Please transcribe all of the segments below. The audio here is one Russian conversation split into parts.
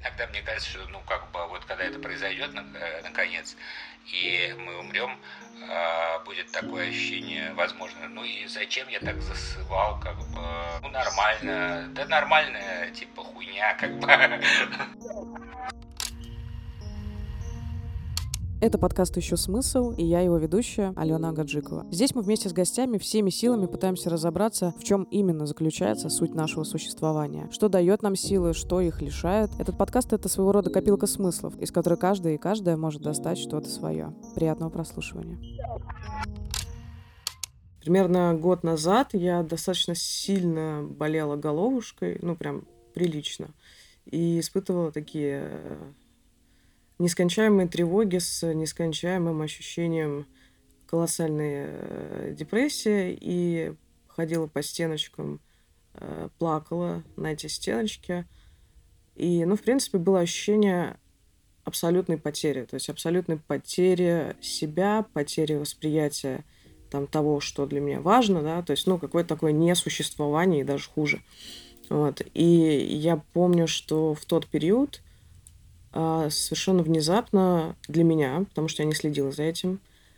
Иногда мне кажется, что, вот когда это произойдет, наконец, и мы умрем, будет такое ощущение, возможно, и зачем я так засывал, нормально, да нормальная, хуйня, Это подкаст «Ищу смысл», и я его ведущая Алена Агаджикова. Здесь мы вместе с гостями всеми силами пытаемся разобраться, в чем именно заключается суть нашего существования, что дает нам силы, что их лишает. Этот подкаст — это своего рода копилка смыслов, из которой каждый и каждая может достать что-то свое. Приятного прослушивания. Примерно год назад я достаточно сильно болела головушкой, прям прилично, и испытывала такие нескончаемые тревоги с нескончаемым ощущением колоссальной депрессии, и ходила по стеночкам, плакала на эти стеночки. И, в принципе, было ощущение абсолютной потери, то есть абсолютной потери себя, потери восприятия того, что для меня важно, да, то есть, какое-то такое несуществование и даже хуже. Вот. И я помню, что в тот период совершенно внезапно для меня, потому что я не следила за этим,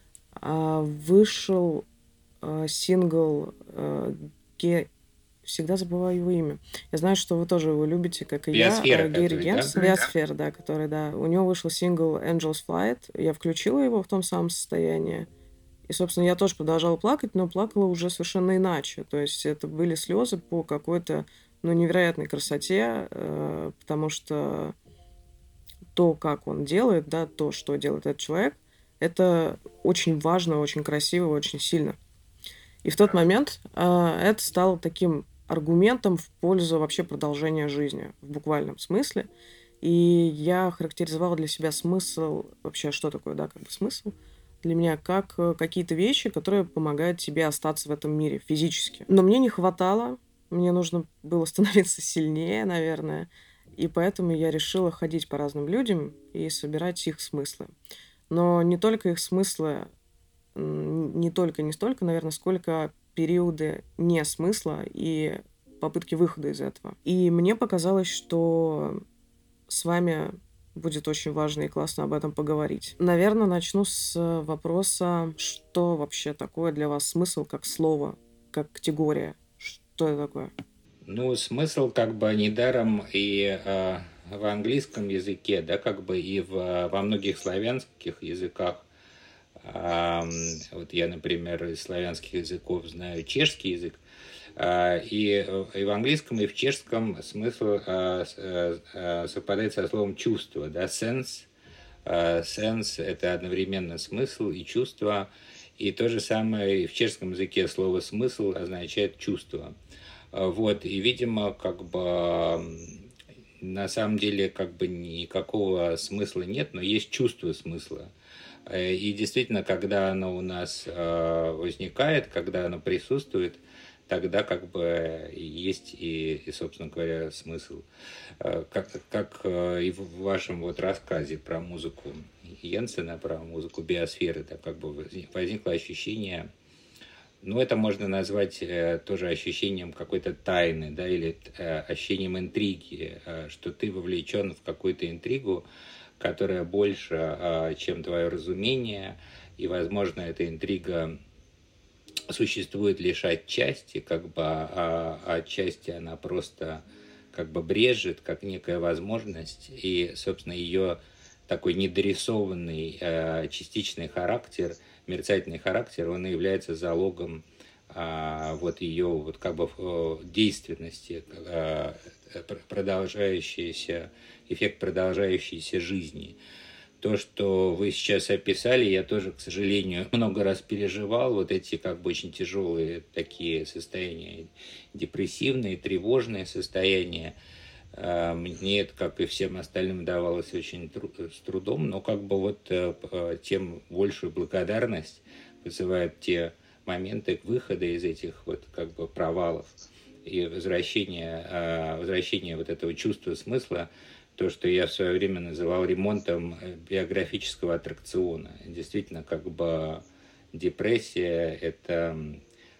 вышел сингл всегда забываю его имя. Я знаю, что вы тоже его любите, как и Биосфера, я. Гэри Генс. да? Биосфера, да, который, да. У него вышел сингл Angel's Flight. Я включила его в том самом состоянии. И, собственно, я тоже продолжала плакать, но плакала уже совершенно иначе. То есть это были слезы по какой-то, невероятной красоте, потому что то, как он делает, да, то, что делает этот человек, это очень важно, очень красиво, очень сильно. И в тот момент это стало таким аргументом в пользу вообще продолжения жизни, в буквальном смысле. И я характеризовала для себя смысл, вообще, что такое, да, смысл для меня, как какие-то вещи, которые помогают тебе остаться в этом мире физически. Но мне не хватало, мне нужно было становиться сильнее, наверное, и поэтому я решила ходить по разным людям и собирать их смыслы. Но не только их смыслы, не столько, наверное, сколько периоды не смысла и попытки выхода из этого. И мне показалось, что с вами будет очень важно и классно об этом поговорить. Наверное, начну с вопроса, что вообще такое для вас смысл как слово, как категория? Что это такое? Смысл недаром и в английском языке, да, и во многих славянских языках. Вот я, например, из славянских языков знаю чешский язык, и в английском, и в чешском смысл совпадает со словом чувство, да, sense. Sense – это одновременно смысл и чувство, и то же самое и в чешском языке слово смысл означает чувство. Вот, и, видимо, на самом деле, никакого смысла нет, но есть чувство смысла. И действительно, когда оно у нас возникает, когда оно присутствует, тогда есть и, собственно говоря, смысл. Как и в вашем рассказе про музыку Йенсена, про музыку биосферы, да, возникло ощущение. Это можно назвать тоже ощущением какой-то тайны, да, или ощущением интриги, что ты вовлечен в какую-то интригу, которая больше, чем твое разумение, и, возможно, эта интрига существует лишь отчасти, а отчасти она просто брежет, как некая возможность, и, собственно, ее такой недорисованный частичный характер, мерцательный характер, он и является залогом ее действенности, эффект продолжающейся жизни. То, что вы сейчас описали, я тоже, к сожалению, много раз переживал. Эти очень тяжелые такие состояния, депрессивные, тревожные состояния. Мне это, как и всем остальным, давалось очень с трудом, но тем большую благодарность вызывают те моменты выхода из этих провалов и возвращения этого чувства смысла, то, что я в свое время называл ремонтом биографического аттракциона. Действительно, депрессия – это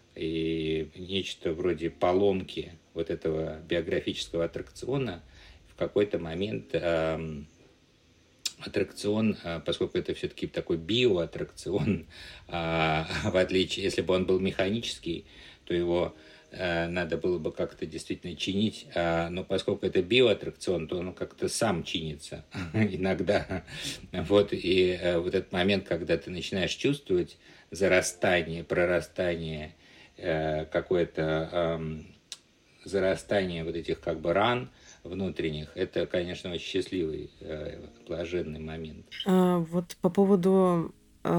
и нечто вроде поломки этого биографического аттракциона, в какой-то момент аттракцион, поскольку это все-таки такой биоаттракцион, в отличие, если бы он был механический, то его надо было бы как-то действительно чинить, но поскольку это биоаттракцион, то он как-то сам чинится иногда. Вот, и вот этот момент, когда ты начинаешь чувствовать зарастание, прорастание, какое-то зарастание вот этих как бы ран внутренних, это, конечно, очень счастливый, блаженный момент. Вот по поводу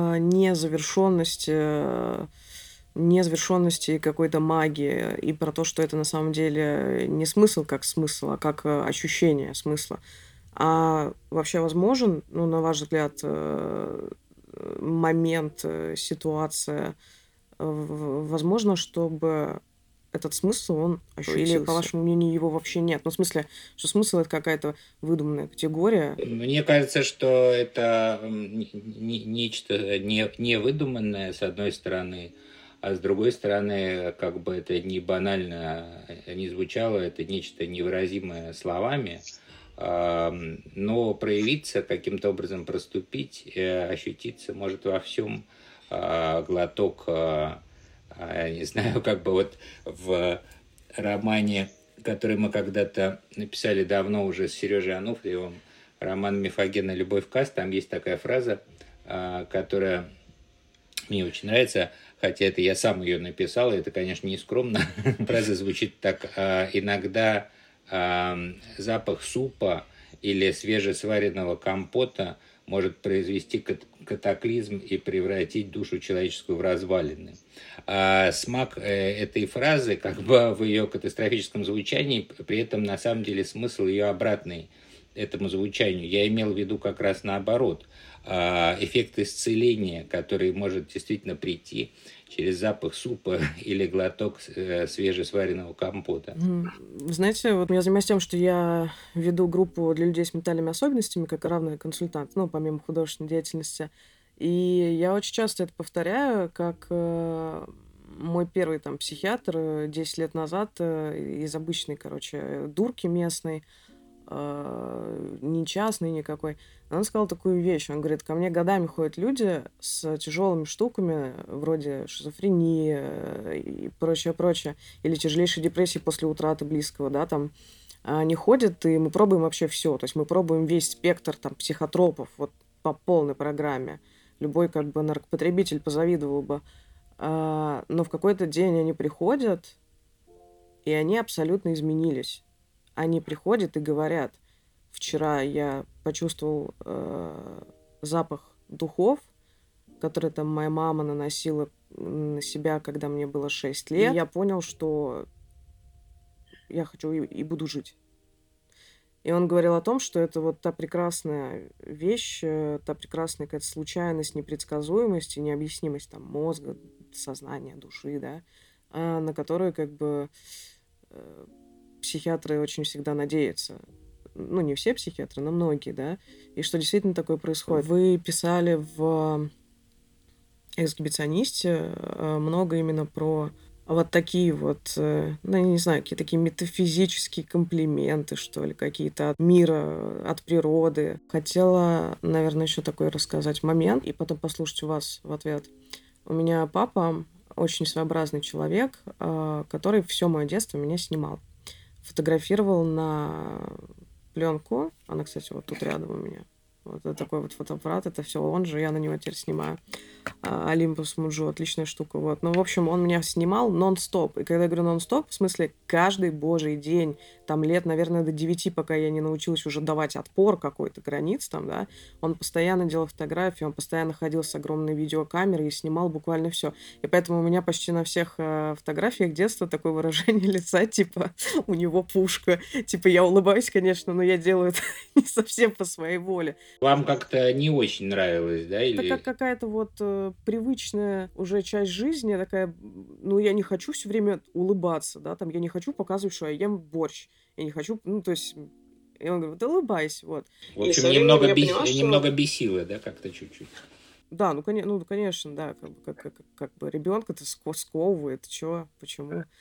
незавершенности какой-то магии и про то, что это на самом деле не смысл как смысл, а как ощущение смысла. А вообще возможен, ну, на ваш взгляд, момент, ситуация, возможно, чтобы этот смысл, он или, по вашему мнению, его вообще нет? Ну, в смысле, что смысл — это какая-то выдуманная категория. Мне кажется, что это нечто не выдуманное, с одной стороны, а с другой стороны, как бы это не банально не звучало, это нечто невыразимое словами, но проявиться, каким-то образом проступить, ощутиться может во всем. Глоток, не знаю, как бы вот в романе, который мы когда-то написали давно уже с Сережей Ануфриевым, роман «Мифоген и любовь Касс», там есть такая фраза, которая мне очень нравится, хотя это я сам ее написал, и это, конечно, не скромно. Фраза звучит так: иногда запах супа или свежесваренного компота может произвести катаклизм и превратить душу человеческую в развалины. Смак этой фразы, как бы в ее катастрофическом звучании, при этом на самом деле смысл ее обратный этому звучанию. Я имел в виду как раз наоборот. Эффект исцеления, который может действительно прийти через запах супа или глоток свежесваренного компота. Знаете, вот я занимаюсь тем, что я веду группу для людей с ментальными особенностями, как равный консультант, ну, помимо художественной деятельности. И я очень часто это повторяю, как мой первый там психиатр 10 лет назад из обычной, короче, дурки местной, не частный никакой. Он сказал такую вещь. Он говорит, ко мне годами ходят люди с тяжелыми штуками, вроде шизофрении и прочее. Или тяжелейшей депрессии после утраты близкого, да, там. Они ходят, и мы пробуем вообще все. То есть мы пробуем весь спектр там психотропов вот по полной программе. Любой как бы наркопотребитель позавидовал бы. Но в какой-то день они приходят, и они абсолютно изменились. Они приходят и говорят: вчера я почувствовал запах духов, который там моя мама наносила на себя, когда мне было 6 лет. И я понял, что я хочу и буду жить. И он говорил о том, что это вот та прекрасная вещь, та прекрасная какая-то случайность, непредсказуемость и необъяснимость там мозга, сознания, души, да, на которую как бы психиатры очень всегда надеются. Ну, не все психиатры, но многие, да. И что действительно такое происходит. Вы писали в «Эксгибиционисте» много именно про вот такие вот, ну, я не знаю, какие-то такие метафизические комплименты, что ли, какие-то от мира, от природы. Хотела, наверное, еще такой рассказать момент, и потом послушать у вас в ответ. У меня папа очень своеобразный человек, который все мое детство меня снимал. Фотографировал на пленку. Она, кстати, вот тут рядом у меня. Вот это такой вот фотоаппарат, это все он же, я на него теперь снимаю. Olympus Mujo, отличная штука, вот. Ну, в общем, он меня снимал нон-стоп. И когда я говорю нон-стоп, в смысле, каждый божий день, там лет, наверное, до 9, пока я не научилась уже давать отпор какой-то границ там, да, он постоянно делал фотографии, он постоянно ходил с огромной видеокамерой и снимал буквально все. И поэтому у меня почти на всех фотографиях детства такое выражение лица, типа, у него пушка. Типа, я улыбаюсь, конечно, но я делаю это не совсем по своей воле. Вам как-то не очень нравилось, да? Это как какая-то вот привычная уже часть жизни, такая, ну, я не хочу все время улыбаться, да, там, я не хочу показывать, что я ем борщ, я не хочу, ну, то есть, и он говорит, да улыбайся, вот. В общем, немного бесило, да, как-то чуть-чуть. Да, ну, конечно, да, как бы ребенка-то сковывает, чё, почему?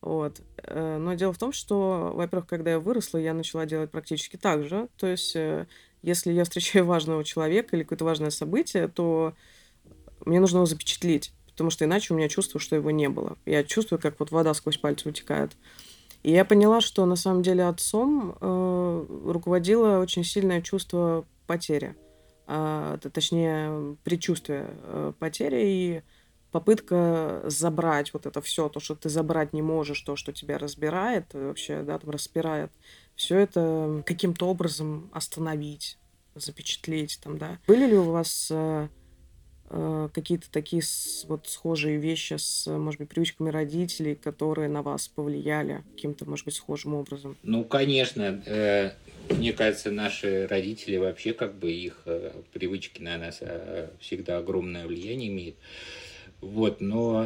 Вот. Но дело в том, что, во-первых, когда я выросла, я начала делать практически так же. То есть, если я встречаю важного человека или какое-то важное событие, то мне нужно его запечатлеть, потому что иначе у меня чувство, что его не было. Я чувствую, как вот вода сквозь пальцы утекает. И я поняла, что на самом деле отцом руководило очень сильное чувство потери, точнее, предчувствие потери и попытка забрать вот это все, то, что ты забрать не можешь, то, что тебя разбирает, вообще, да, там распирает, все это каким-то образом остановить, запечатлеть там, да. Были ли у вас какие-то такие вот схожие вещи с, может быть, привычками родителей, которые на вас повлияли каким-то, может быть, схожим образом? Ну, конечно, мне кажется, наши родители вообще, как бы их привычки на нас всегда огромное влияние имеют. Вот, но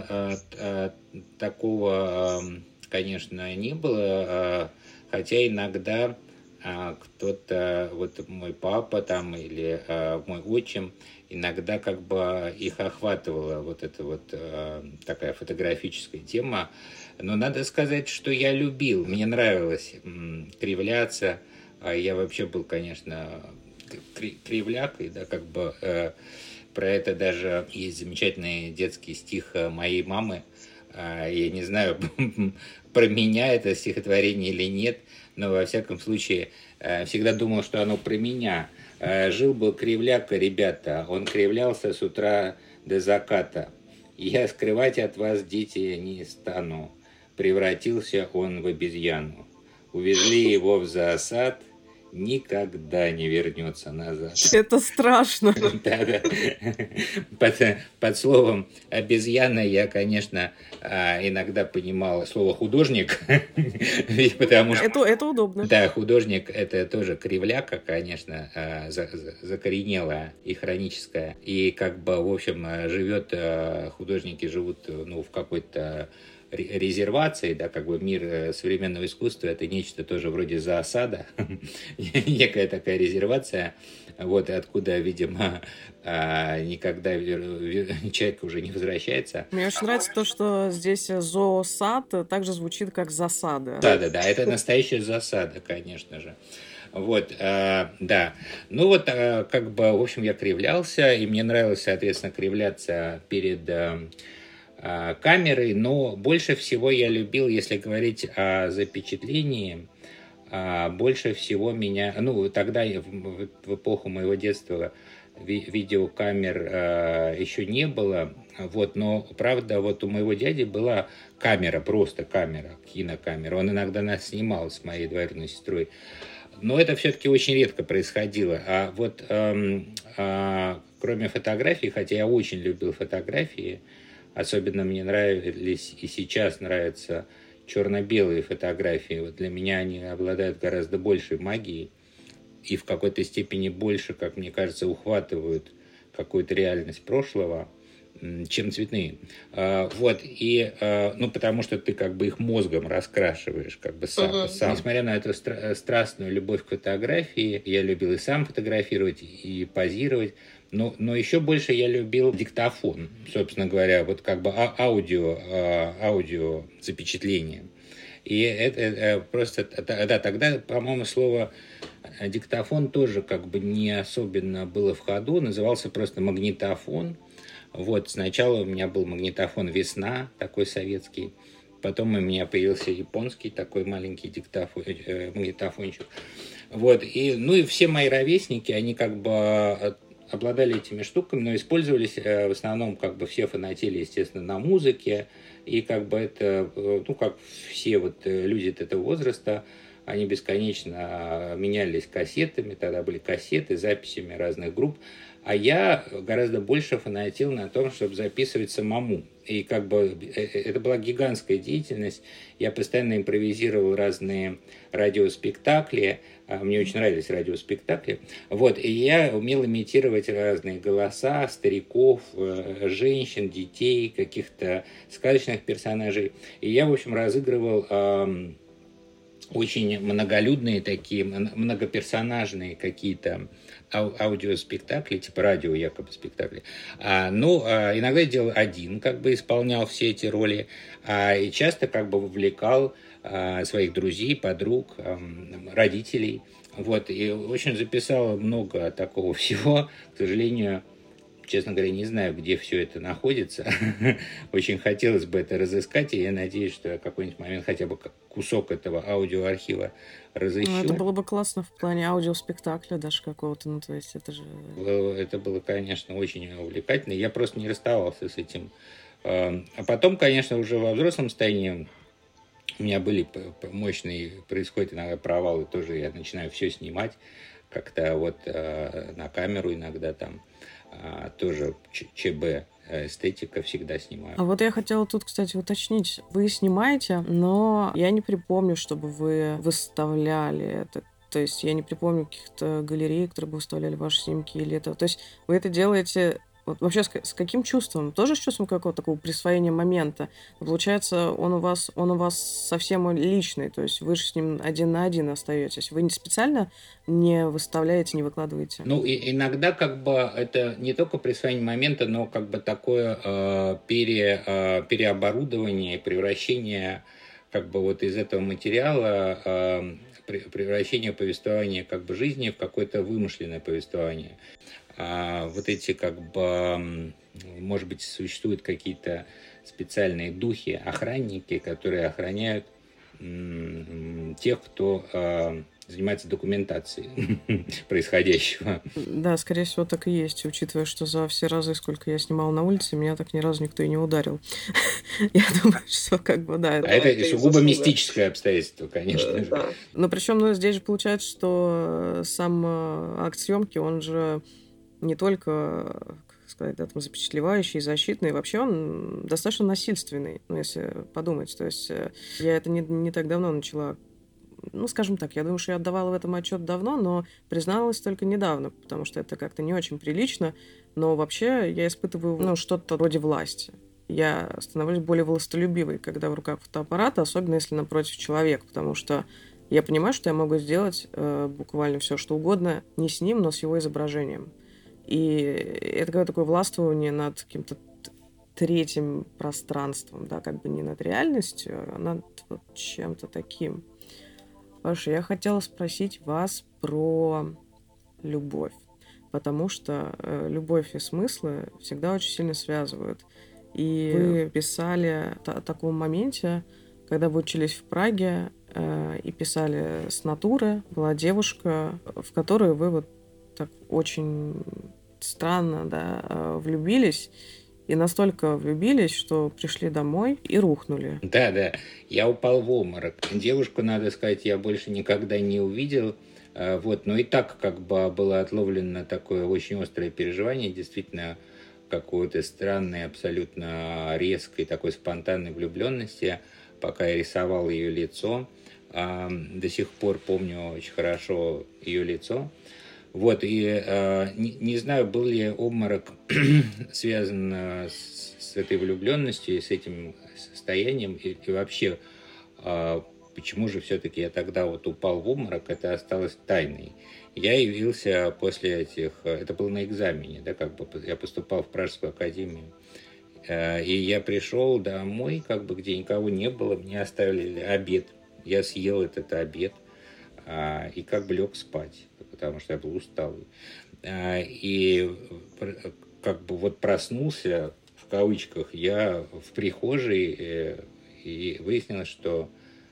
такого, конечно, не было, хотя иногда кто-то, вот мой папа там или мой отчим, иногда как бы их охватывала вот эта вот такая фотографическая тема. Но надо сказать, что я любил, мне нравилось кривляться. Я вообще был, конечно, кривлякой, да, как бы про это даже есть замечательный детский стих моей мамы. Я не знаю, про меня это стихотворение или нет, но во всяком случае всегда думал, что оно про меня. Жил-был кривляка, ребята, он кривлялся с утра до заката. Я скрывать от вас, дети, не стану. Превратился он в обезьяну. Увезли его в зоосад, никогда не вернется назад. Это страшно. Да-да. Под словом обезьяна я, конечно, иногда понимал слово художник, потому что... Это удобно. Да, художник — это тоже кривляка, конечно, закоренелая и хроническая. И как бы, в общем, художники живут, ну, в какой-то резервации, да, как бы мир современного искусства — это нечто тоже вроде зоосада, некая такая резервация, вот, откуда, видимо, никогда человек уже не возвращается. Мне очень нравится то, что здесь зоосад также звучит как засада. Да, это настоящая засада, конечно же. Вот, да. Ну вот, как бы, в общем, я кривлялся, и мне нравилось, соответственно, кривляться перед камерой, но больше всего я любил, если говорить о запечатлении, больше всего меня, ну, тогда в эпоху моего детства видеокамер еще не было, вот, но, правда, вот у моего дяди была камера, просто камера, кинокамера, он иногда нас снимал с моей двоюродной сестрой, но это все-таки очень редко происходило, а вот кроме фотографий, хотя я очень любил фотографии, особенно мне нравились и сейчас нравятся черно-белые фотографии. Вот для меня они обладают гораздо большей магией и в какой-то степени больше, как мне кажется, ухватывают какую-то реальность прошлого, чем цветные. Вот, и, ну, потому что ты как бы их мозгом раскрашиваешь, как бы сам. Несмотря на эту страстную любовь к фотографии, я любил и сам фотографировать, и позировать, но еще больше я любил диктофон, собственно говоря, вот как бы аудио запечатление. И это просто, да, тогда, по-моему, слово диктофон тоже как бы не особенно было в ходу, назывался просто магнитофон. Вот, сначала у меня был магнитофон «Весна», такой советский, потом у меня появился японский такой маленький магнитофончик. Вот, и, ну и все мои ровесники, они как бы обладали этими штуками, но использовались в основном, как бы все фанатели, естественно, на музыке, и как бы это, ну, как все вот люди этого возраста, они бесконечно менялись кассетами, тогда были кассеты, записями разных групп, а я гораздо больше фанател на том, чтобы записывать самому. И как бы это была гигантская деятельность. Я постоянно импровизировал разные радиоспектакли. Мне очень нравились радиоспектакли. Вот, и я умел имитировать разные голоса стариков, женщин, детей, каких-то сказочных персонажей. И я, в общем, разыгрывал очень многолюдные такие, многоперсонажные какие-то аудиоспектакли, типа радио якобы спектакли. Иногда я делал один, как бы исполнял все эти роли, и часто как бы вовлекал своих друзей, подруг, родителей. Вот, и очень записал много такого всего. К сожалению, честно говоря, не знаю, где все это находится. Очень хотелось бы это разыскать, и я надеюсь, что я в какой-нибудь момент хотя бы кусок этого аудиоархива разыщу. Это было бы классно в плане аудиоспектакля даже какого-то, ну, то есть это же... Это было, конечно, очень увлекательно. Я просто не расставался с этим. А потом, конечно, уже во взрослом состоянии у меня были мощные, происходят иногда провалы, тоже я начинаю все снимать как-то вот на камеру иногда там. Тоже ЧБ, эстетика всегда снимаю. А вот я хотела тут, кстати, уточнить. Вы снимаете, но я не припомню, чтобы вы выставляли это. То есть я не припомню каких-то галерей, которые бы выставляли ваши снимки или это. То есть вы это делаете вот вообще с каким чувством? Тоже с чувством какого-то такого присвоения момента? Получается, он у вас совсем личный, то есть вы же с ним один на один остаетесь. Вы не специально не выставляете, не выкладываете? Ну, и иногда как бы это не только присвоение момента, но как бы такое переоборудование, превращение как бы вот из этого материала, превращение повествования как бы жизни в какое-то вымышленное повествование. Вот эти как бы, может быть, существуют какие-то специальные духи, охранники, которые охраняют тех, кто занимается документацией происходящего. Да, скорее всего, так и есть, учитывая, что за все разы, сколько я снимала на улице, меня так ни разу никто и не ударил. Я думаю, что как бы, да. Это сугубо мистическое обстоятельство, конечно же. Но причем, здесь же получается, что сам акт съемки, он же не только, как сказать, да, там, запечатлевающий, защитный, вообще он достаточно насильственный, ну, если подумать. То есть я это не так давно начала, ну, скажем так, я думаю, что я отдавала в этом отчет давно, но призналась только недавно, потому что это как-то не очень прилично. Но вообще я испытываю, ну, что-то вроде власти. Я становлюсь более властолюбивой, когда в руках фотоаппарата, особенно если напротив человек, потому что я понимаю, что я могу сделать буквально все, что угодно, не с ним, но с его изображением. И это какое-то такое властвование над каким-то третьим пространством, да, как бы не над реальностью, а над вот чем-то таким. Паша, я хотела спросить вас про любовь, потому что любовь и смыслы всегда очень сильно связывают. И вы писали о таком моменте, когда вы учились в Праге и писали с натуры. Была девушка, в которую вы вот так очень странно, да, влюбились. И настолько влюбились, что пришли домой и рухнули. Да, я упал в обморок. Девушку, надо сказать, я больше никогда не увидел. Вот, но и так как бы было отловлено такое очень острое переживание, действительно, какой-то странной, абсолютно резкой, такой спонтанной влюбленности, пока я рисовал ее лицо. До сих пор помню очень хорошо ее лицо. Вот, и не знаю, был ли обморок связан с этой влюбленностью и с этим состоянием, и вообще, почему же все-таки я тогда вот упал в обморок, это осталось тайной. Я явился после этих, это было на экзамене, да, как бы я поступал в Пражскую академию, и я пришел домой, как бы, где никого не было, мне оставили обед, я съел этот обед, и как бы лег спать, потому что я был усталый. И как бы вот проснулся, в кавычках, я в прихожей, и выяснилось, что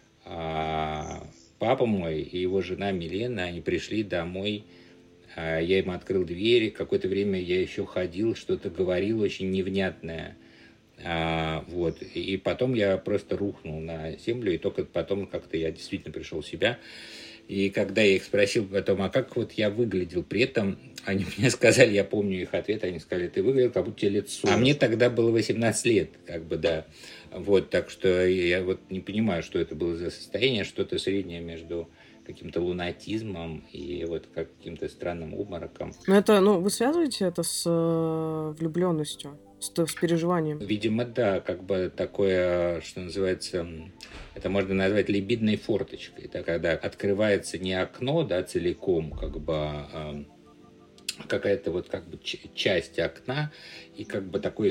папа мой и его жена Милена, они пришли домой, я им открыл двери, какое-то время я еще ходил, что-то говорил очень невнятное. Вот. И потом я просто рухнул на землю, и только потом как-то я действительно пришел в себя. И когда я их спросил потом, а как вот я выглядел, при этом они мне сказали, я помню их ответ, они сказали, ты выглядел, как будто тебе лет 40. А мне тогда было 18 лет, как бы, да. Вот, так что я вот не понимаю, что это было за состояние, что-то среднее между каким-то лунатизмом и вот каким-то странным обмороком. Но это, ну, вы связываете это с влюбленностью, с переживанием? Видимо, да, как бы такое, что называется, это можно назвать либидной форточкой, да, когда открывается не окно, да, целиком, как бы какая-то вот как бы часть окна, и как бы такой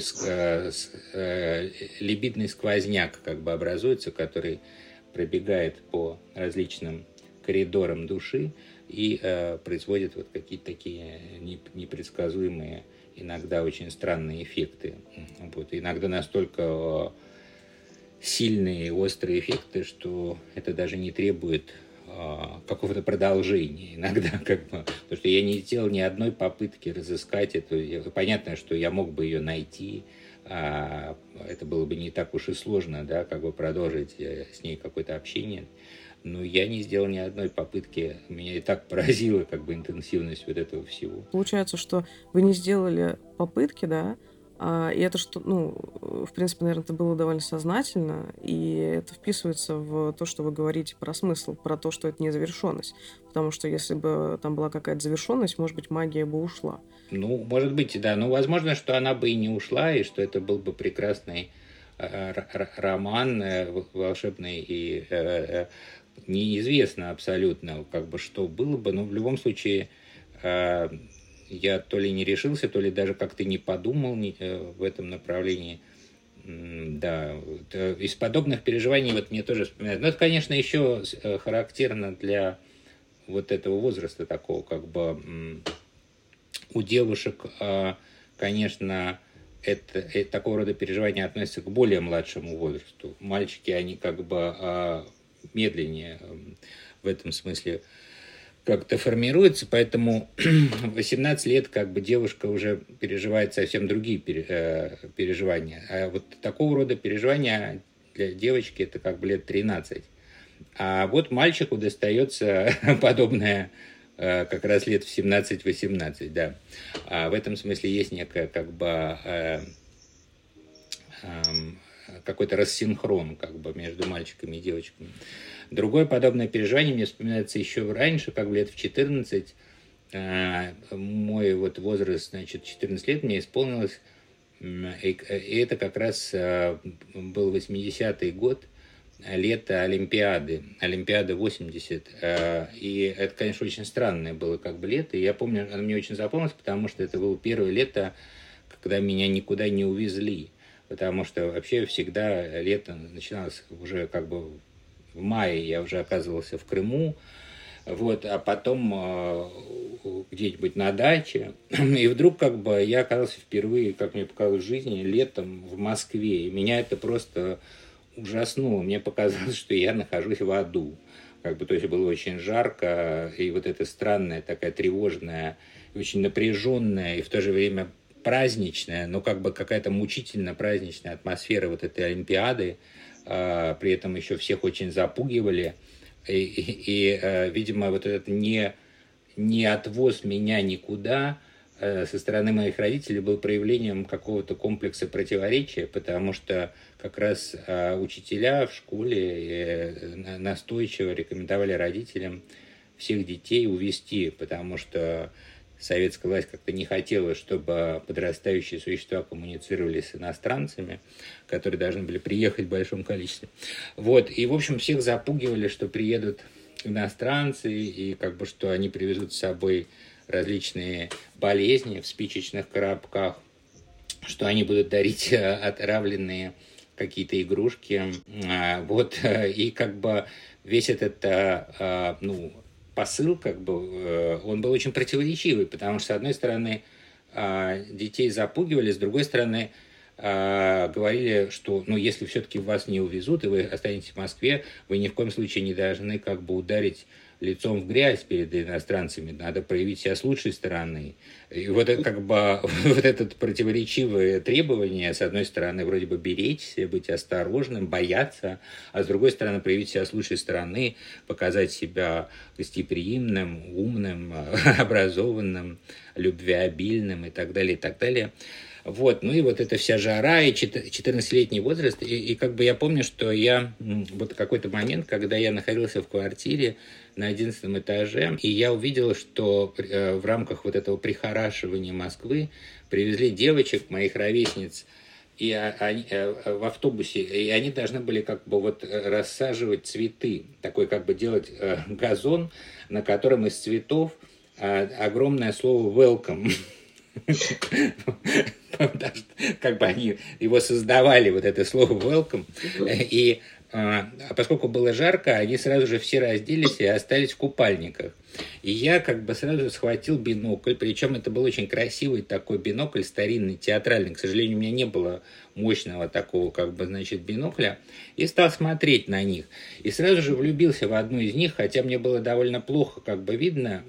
либидный сквозняк как бы образуется, который пробегает по различным коридорам души и производит вот какие-то такие непредсказуемые, иногда очень странные эффекты. Вот. Иногда настолько сильные, острые эффекты, что это даже не требует какого-то продолжения иногда, как бы, потому что я не сделал ни одной попытки разыскать эту. Понятно, что я мог бы ее найти, это было бы не так уж и сложно, да, как бы продолжить с ней какое-то общение, но я не сделал ни одной попытки. Меня и так поразила как бы интенсивность вот этого всего. Получается, что вы не сделали попытки, да, и это что, ну, в принципе, наверное, это было довольно сознательно, и это вписывается в то, что вы говорите про смысл, про то, что это не завершенность. Потому что если бы там была какая-то завершенность, может быть, магия бы ушла. Ну, может быть, да. Но возможно, что она бы и не ушла, и что это был бы прекрасный роман волшебный, и неизвестно абсолютно, как бы, что было бы. Но в любом случае я то ли не решился, то ли даже как-то не подумал в этом направлении. Да, из подобных переживаний вот мне тоже вспоминают. Но это, конечно, еще характерно для вот этого возраста такого, как бы у девушек, конечно, такого рода переживания относятся к более младшему возрасту. Мальчики, они как бы медленнее в этом смысле как-то формируется, поэтому в 18 лет как бы девушка уже переживает совсем другие переживания. А вот такого рода переживания для девочки это как бы лет 13. А вот мальчику достается подобное как раз лет в 17-18, да. В этом смысле есть некая как бы какой-то рассинхрон как бы между мальчиками и девочками. Другое подобное переживание мне вспоминается еще раньше, как бы лет в 14. Мой вот возраст, значит, 14 лет мне исполнилось, и это как раз был 80-й год, лето Олимпиады 80. И это, конечно, очень странное было как бы лето. И я помню, оно мне очень запомнилось, потому что это было первое лето, когда меня никуда не увезли. Потому что вообще всегда лето начиналось уже как бы в мае, я уже оказывался в Крыму, вот, а потом где-нибудь на даче. И вдруг как бы я оказался впервые, как мне показалось в жизни, летом в Москве. И меня это просто ужаснуло. Мне показалось, что я нахожусь в аду. Как бы, то есть было очень жарко, и вот эта странная, такая тревожная, очень напряженная, и в то же время праздничная, но как бы какая-то мучительно праздничная атмосфера вот этой Олимпиады, при этом еще всех очень запугивали, и видимо, вот этот не отвоз меня никуда со стороны моих родителей был проявлением какого-то комплекса противоречия, потому что как раз учителя в школе настойчиво рекомендовали родителям всех детей увезти, потому что советская власть как-то не хотела, чтобы подрастающие существа коммуницировали с иностранцами, которые должны были приехать в большом количестве. Вот. И, в общем, всех запугивали, что приедут иностранцы, и как бы что они привезут с собой различные болезни в спичечных коробках, что они будут дарить отравленные какие-то игрушки. Вот. И как бы весь этот, посыл, как бы, он был очень противоречивый, потому что, с одной стороны, детей запугивали, с другой стороны, говорили, что, если все-таки вас не увезут, и вы останетесь в Москве, вы ни в коем случае не должны как бы ударить лицом в грязь перед иностранцами, надо проявить себя с лучшей стороны. И вот это как бы вот это противоречивое требование, с одной стороны, вроде бы беречься, быть осторожным, бояться, а с другой стороны, проявить себя с лучшей стороны, показать себя гостеприимным, умным, образованным, любвеобильным и так далее, и так далее. Вот, ну и вот эта вся жара и 14-летний возраст. И как бы я помню, что я вот какой-то момент, когда я находился в квартире на 11 этаже, и я увидел, что в рамках вот этого прихорашивания Москвы привезли девочек, моих ровесниц, и они, в автобусе, и они должны были как бы вот рассаживать цветы, такой как бы делать газон, на котором из цветов огромное слово welcome. Потому что как бы они его создавали, вот это слово welcome, и поскольку было жарко, они сразу же все разделись и остались в купальниках. И я как бы сразу схватил бинокль, причем это был очень красивый такой бинокль, старинный, театральный. К сожалению, у меня не было мощного такого, как бы, значит, бинокля. И стал смотреть на них. И сразу же влюбился в одну из них, хотя мне было довольно плохо, как бы, видно.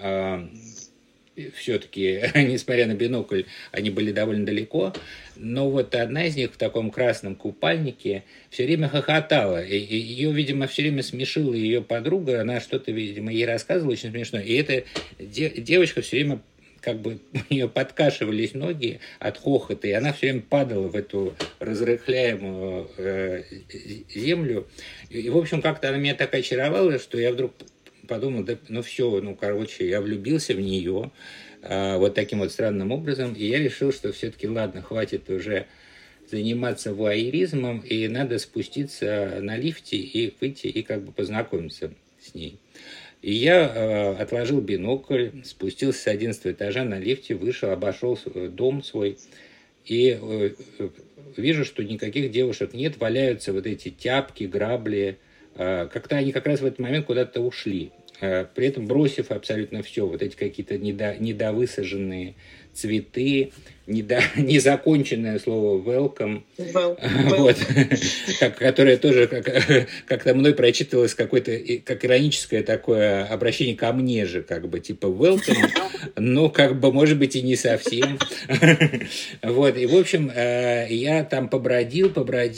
Все-таки, несмотря на бинокль, они были довольно далеко. Но вот одна из них в таком красном купальнике все время хохотала. И ее, видимо, все время смешила ее подруга. Она что-то, видимо, ей рассказывала очень смешно. И эта девочка все время, как бы, у нее подкашивались ноги от хохота. И она все время падала в эту разрыхляемую землю. И, в общем, как-то она меня так очаровала, что я вдруг подумал, да, ну все, ну, короче, я влюбился в нее вот таким вот странным образом, и я решил, что все-таки, ладно, хватит уже заниматься вуайеризмом, и надо спуститься на лифте и выйти и как бы познакомиться с ней. И я отложил бинокль, спустился с 11 этажа на лифте, вышел, обошел дом свой, и вижу, что никаких девушек нет, валяются вот эти тяпки, грабли. Как-то они как раз в этот момент куда-то ушли, при этом бросив абсолютно все, вот эти какие-то недовысаженные цветы, незаконченное слово welcome, вот, которое тоже как-то мной прочитывалось какое-то, как ироническое такое обращение ко мне же, как бы типа welcome, но как бы может быть и не совсем. Вот, и в общем я там побродил,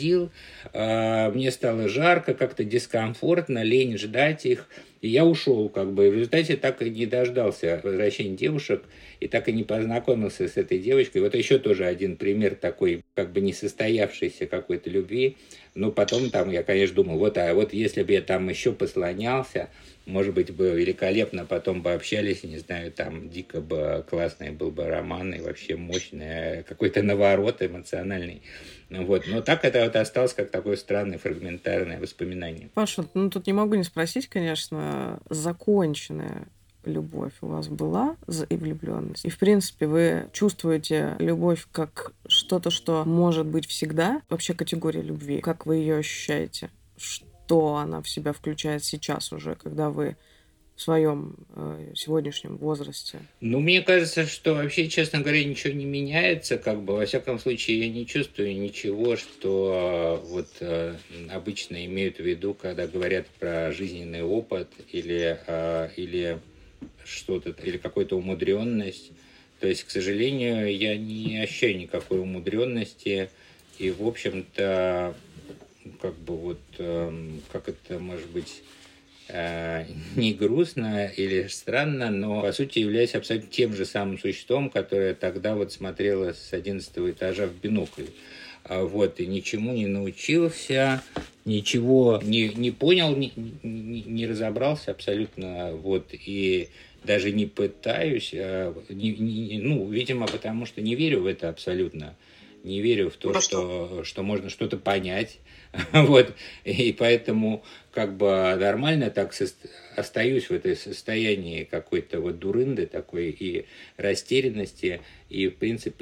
мне стало жарко, как-то дискомфортно, лень ждать их. И я ушел, как бы, и в результате так и не дождался возвращения девушек, и так и не познакомился с этой девочкой. Вот еще тоже один пример такой, как бы, несостоявшейся какой-то любви. Но потом там я, конечно, думал, вот, а вот если бы я там еще послонялся, может быть, бы великолепно потом бы общались, не знаю, там дико бы классный был бы роман, и вообще мощный, какой-то наворот эмоциональный. Вот. Но так это вот осталось как такое странное фрагментарное воспоминание. Паша, ну тут не могу не спросить, конечно, законченная любовь у вас была и влюбленность? И, в принципе, вы чувствуете любовь как что-то, что может быть всегда? Вообще категория любви. Как вы ее ощущаете? Что она в себя включает сейчас уже, когда вы в своем сегодняшнем возрасте? Ну, мне кажется, что вообще, честно говоря, ничего не меняется, как бы, во всяком случае, я не чувствую ничего, что вот обычно имеют в виду, когда говорят про жизненный опыт или что-то, или какую-то умудренность. То есть, к сожалению, я не ощущаю никакой умудренности, и, в общем-то, как бы вот, как это может быть, не грустно или странно, но по сути являюсь абсолютно тем же самым существом, которое тогда вот смотрело с 11 этажа в бинокль. Вот, и ничему не научился, ничего не понял, не разобрался абсолютно, вот, и даже не пытаюсь, ну, видимо, потому что не верю в это абсолютно, не верю в то, что можно что-то понять. Вот, и поэтому как бы нормально так остаюсь в этой состоянии какой-то вот дурынды такой и растерянности, и в принципе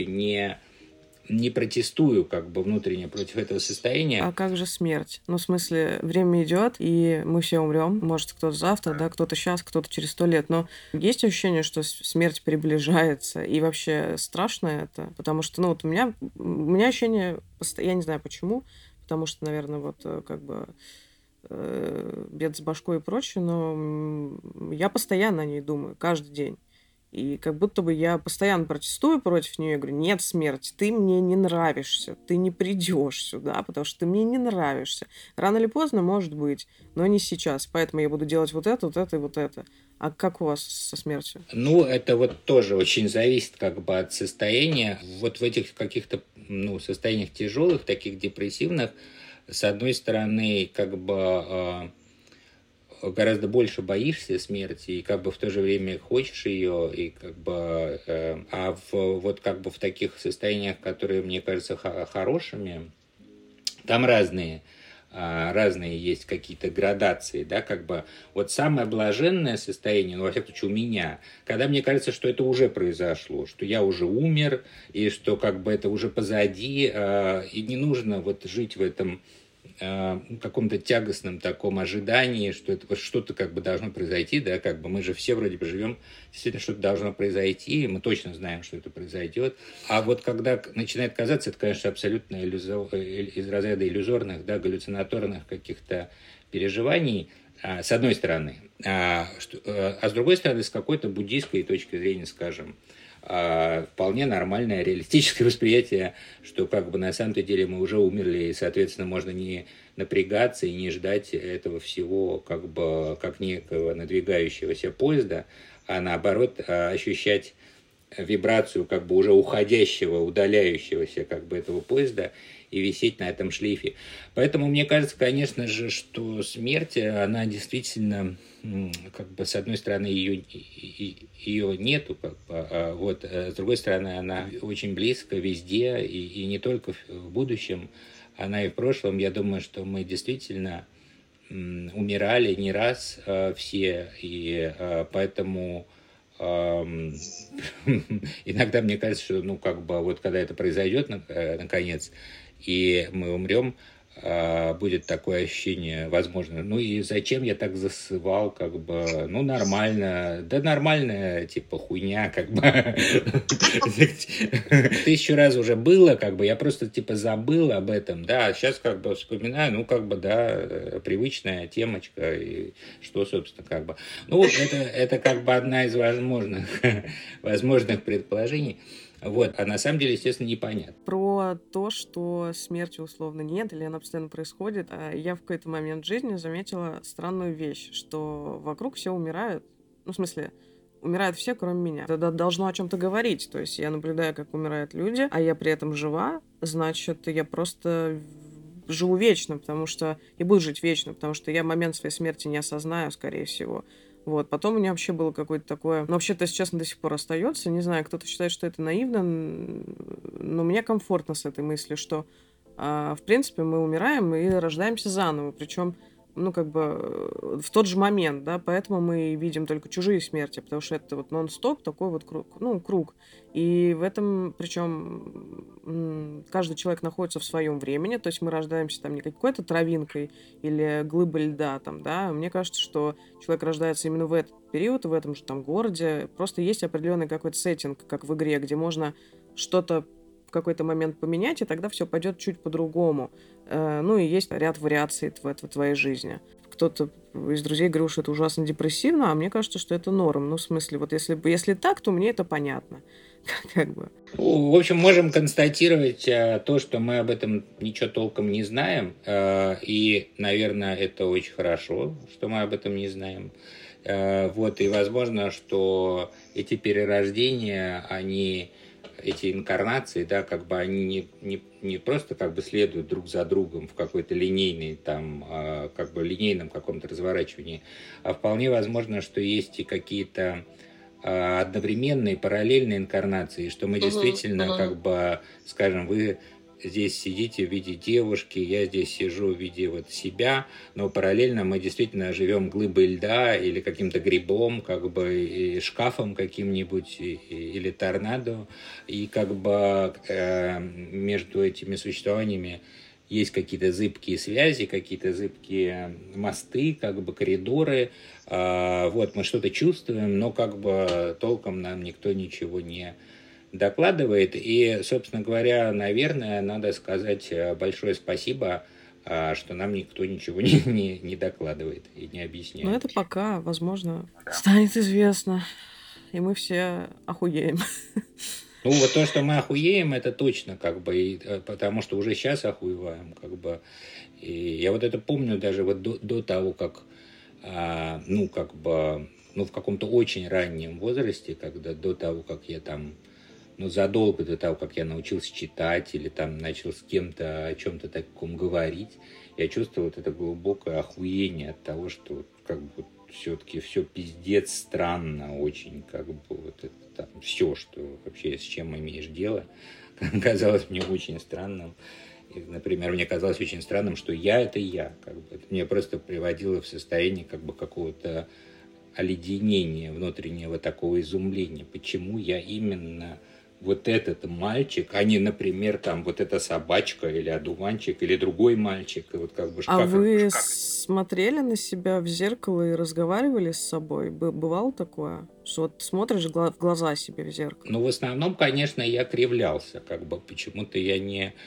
не протестую как бы внутренне против этого состояния. А как же смерть? Ну, в смысле, время идет, и мы все умрем. Может, кто-то завтра, да, кто-то сейчас, кто-то через 100 лет. Но есть ощущение, что смерть приближается, и вообще страшно это? Потому что, ну, вот у меня ощущение, я не знаю почему, потому что, наверное, вот как бы бед с башкой и прочее, но я постоянно о ней думаю, каждый день. И как будто бы я постоянно протестую против нее. Я говорю: нет, смерть, ты мне не нравишься, ты не придешь сюда, потому что ты мне не нравишься. Рано или поздно, может быть, но не сейчас. Поэтому я буду делать вот это и вот это. А как у вас со смертью? Ну, это вот тоже очень зависит как бы от состояния. Вот в этих каких-то, ну, состояниях тяжелых, таких депрессивных, с одной стороны, как бы гораздо больше боишься смерти и как бы в то же время хочешь ее, и как бы, вот как бы в таких состояниях, которые мне кажутся хорошими, там разные есть какие-то градации, да, как бы вот самое блаженное состояние, ну, во всяком случае, у меня, когда мне кажется, что это уже произошло, что я уже умер, и что как бы это уже позади, и не нужно вот жить в этом каком-то тягостном таком ожидании, что это вот что-то как бы должно произойти, да, как бы мы же все вроде бы живем, действительно что-то должно произойти, мы точно знаем, что это произойдет. А вот когда начинает казаться, это, конечно, абсолютно из разряда иллюзорных, да, галлюцинаторных каких-то переживаний, с одной стороны, а с другой стороны, с какой-то буддийской точки зрения, скажем, вполне нормальное реалистическое восприятие, что как бы на самом-то деле мы уже умерли, и, соответственно, можно не напрягаться и не ждать этого всего как бы как некого надвигающегося поезда, а наоборот ощущать вибрацию как бы уже уходящего, удаляющегося как бы этого поезда и висеть на этом шлейфе. Поэтому мне кажется, конечно же, что смерть, она действительно, как бы, с одной стороны, ее нету, как бы, вот, с другой стороны, она очень близко везде, и не только в будущем, она и в прошлом. Я думаю, что мы действительно умирали не раз все, и поэтому иногда мне кажется, что, ну, как бы, вот когда это произойдет, наконец, и мы умрем, будет такое ощущение, возможно, ну и зачем я так засывал, как бы, ну нормально, да нормальная, типа, хуйня, как бы, 1000 раз уже было, как бы, я просто, типа, забыл об этом, да, сейчас, как бы, вспоминаю, ну, как бы, да, привычная темочка, и что, собственно, как бы, ну, это как бы одна из возможных предположений. Вот. А на самом деле, естественно, непонятно. Про то, что смерти условно нет или она постоянно происходит, я в какой-то момент жизни заметила странную вещь, что вокруг все умирают. Ну, в смысле, умирают все, кроме меня. Это должно о чем-то говорить. То есть я наблюдаю, как умирают люди, а я при этом жива, значит, я просто живу вечно, потому что и буду жить вечно, потому что я момент своей смерти не осознаю, скорее всего. Вот. Потом у меня вообще было какое-то такое... Ну, вообще-то, если честно, до сих пор остается. Не знаю, кто-то считает, что это наивно, но мне комфортно с этой мыслью, что, в принципе, мы умираем и рождаемся заново. Причем, ну, как бы в тот же момент, да, поэтому мы видим только чужие смерти, потому что это вот нон-стоп такой вот круг, ну, круг. И в этом, причем, каждый человек находится в своем времени, то есть мы рождаемся там не какой-то травинкой или глыбой льда, там, да. Мне кажется, что человек рождается именно в этот период, в этом же там городе. Просто есть определенный какой-то сеттинг, как в игре, где можно что-то в какой-то момент поменять, и тогда все пойдет чуть по-другому. Ну и есть ряд вариаций в твоей жизни. Кто-то из друзей говорил, что это ужасно депрессивно, а мне кажется, что это норм. Ну, в смысле, вот если так, то мне это понятно. Как бы. В общем, можем констатировать то, что мы об этом ничего толком не знаем. И, наверное, это очень хорошо, что мы об этом не знаем. Вот, и возможно, что эти перерождения, эти инкарнации, да, как бы они не просто как бы следуют друг за другом в какой-то линейной там, как бы линейном каком-то разворачивании, а вполне возможно, что есть и какие-то одновременные, параллельные инкарнации, что мы действительно, как бы, скажем, вы здесь сидите в виде девушки, я здесь сижу в виде вот себя, но параллельно мы действительно живем глыбой льда или каким-то грибом, как бы, и шкафом каким-нибудь, или торнадо, и как бы между этими существованиями есть какие-то зыбкие связи, какие-то зыбкие мосты, как бы коридоры. Вот мы что-то чувствуем, но как бы толком нам никто ничего не докладывает. И, собственно говоря, наверное, надо сказать большое спасибо, что нам никто ничего не докладывает и не объясняет. Но это пока, возможно, станет известно. и мы все охуеем. Ну, вот то, что мы охуеем, это точно, как бы, потому что уже сейчас охуеваем, как бы. И я вот это помню даже вот до того, как, ну, как бы, ну, в каком-то очень раннем возрасте, когда до того, как я там, ну, задолго до того, как я научился читать или там начал с кем-то о чем-то таком говорить, я чувствовал вот это глубокое охуение от того, что как бы все-таки все пиздец странно очень, как бы вот это там все, что вообще с чем имеешь дело, казалось мне очень странным. И, например, мне казалось очень странным, что я это я, как бы. Это меня просто приводило в состояние как бы какого-то оледенения, внутреннего такого изумления, почему я именно вот этот мальчик, а не, например, там вот эта собачка или одуванчик или другой мальчик. И вот как бы, А как, вы смотрели на себя в зеркало и разговаривали с собой? Бывало такое? Что вот смотришь в глаза себе в зеркало? Ну, в основном, конечно, я кривлялся, как бы почему-то я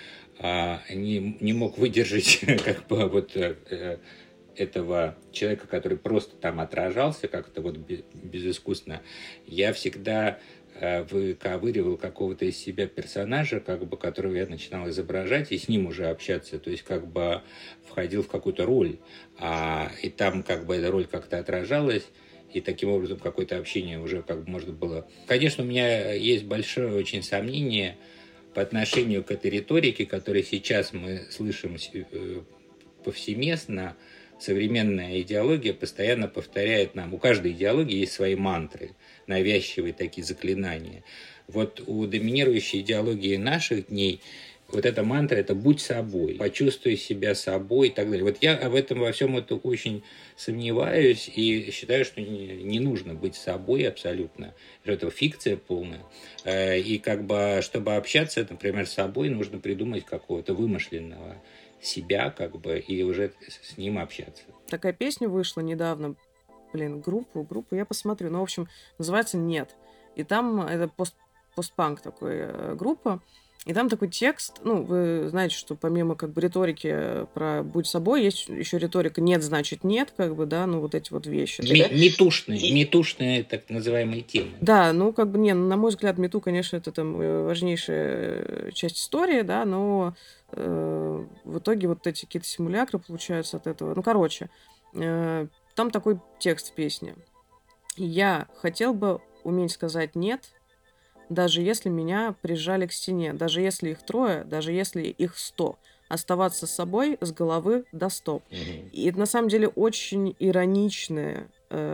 не мог выдержать как бы вот этого человека, который просто там отражался как-то вот безыскусно. Я всегда выковыривал какого-то из себя персонажа, как бы, которого я начинал изображать, и с ним уже общаться, то есть как бы входил в какую-то роль, и там как бы эта роль как-то отражалась, и таким образом какое-то общение уже как бы можно было. Конечно, у меня есть большое очень сомнение по отношению к этой риторике, которую сейчас мы слышим повсеместно. Современная идеология постоянно повторяет нам, у каждой идеологии есть свои мантры, навязчивые такие заклинания. Вот у доминирующей идеологии наших дней вот эта мантра – это «будь собой», «почувствуй себя собой» и так далее. Вот я об этом во всем это очень сомневаюсь и считаю, что не нужно быть собой абсолютно, что это фикция полная. И как бы, чтобы общаться, например, с собой, нужно придумать какого-то вымышленного себя, как бы, и уже с ним общаться. Такая песня вышла недавно. Блин, группу я посмотрю. Ну, в общем, называется «Нет». И там это постпанк такой группа. И там такой текст, ну, вы знаете, что помимо как бы риторики про «будь собой», есть еще риторика «нет, значит нет», как бы, да, ну, вот эти вот вещи. Метушные так называемые темы. Да, ну, как бы, не, на мой взгляд, мету, конечно, это там важнейшая часть истории, да, но в итоге вот эти какие-то симулякры получаются от этого. Ну, короче, там такой текст в песне. Я хотел бы уметь сказать «нет», даже если меня прижали к стене, даже если их 3, даже если их 100. Оставаться с собой с головы до стоп. И это на самом деле очень ироничный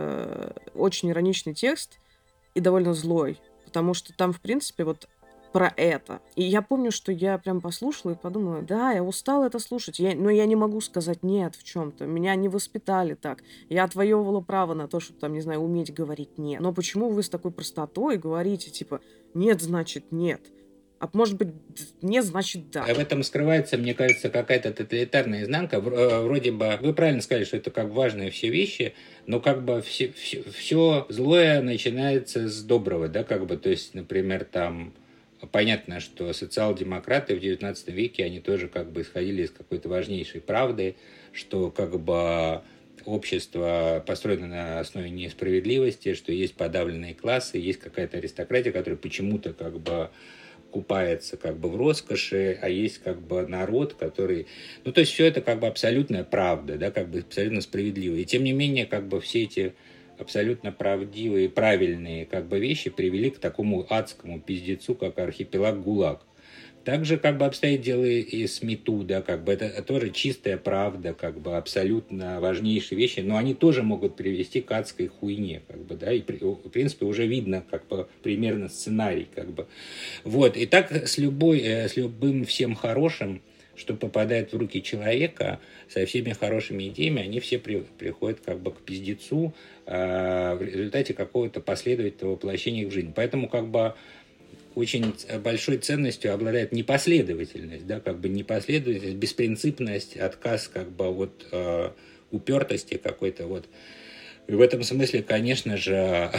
текст и довольно злой, потому что там, в принципе, вот про это. И я помню, что я прям послушала и подумала, да, я устала это слушать, но я не могу сказать нет в чем-то. Меня не воспитали так. Я отвоевывала право на то, чтобы там, не знаю, уметь говорить нет. Но почему вы с такой простотой говорите, типа, нет, значит нет? А может быть, нет, значит да. В этом скрывается, мне кажется, какая-то тоталитарная изнанка. Вроде бы, вы правильно сказали, что это как важные все вещи, но как бы все злое начинается с доброго, да, как бы, то есть, например, там, понятно, что социал-демократы в XIX веке, они тоже как бы исходили из какой-то важнейшей правды, что как бы общество построено на основе несправедливости, что есть подавленные классы, есть какая-то аристократия, которая почему-то как бы купается как бы в роскоши, а есть как бы народ, который... Ну, то есть все это как бы абсолютная правда, да, как бы абсолютно справедливо. И тем не менее, как бы все эти абсолютно правдивые, правильные как бы вещи привели к такому адскому пиздецу, как архипелаг ГУЛАГ. Также как бы обстоит дело и с МИТУ, да, как бы это тоже чистая правда, как бы абсолютно важнейшие вещи, но они тоже могут привести к адской хуйне, как бы, да, и в принципе уже видно как бы примерно сценарий, как бы. Вот, и так с любым всем хорошим, что попадает в руки человека, со всеми хорошими идеями, они все приходят как бы к пиздецу в результате какого-то последовательного воплощения их в жизнь. Поэтому как бы очень большой ценностью обладает непоследовательность, да, как бы непоследовательность, беспринципность, отказ как бы от упертости какой-то вот. И в этом смысле, конечно же,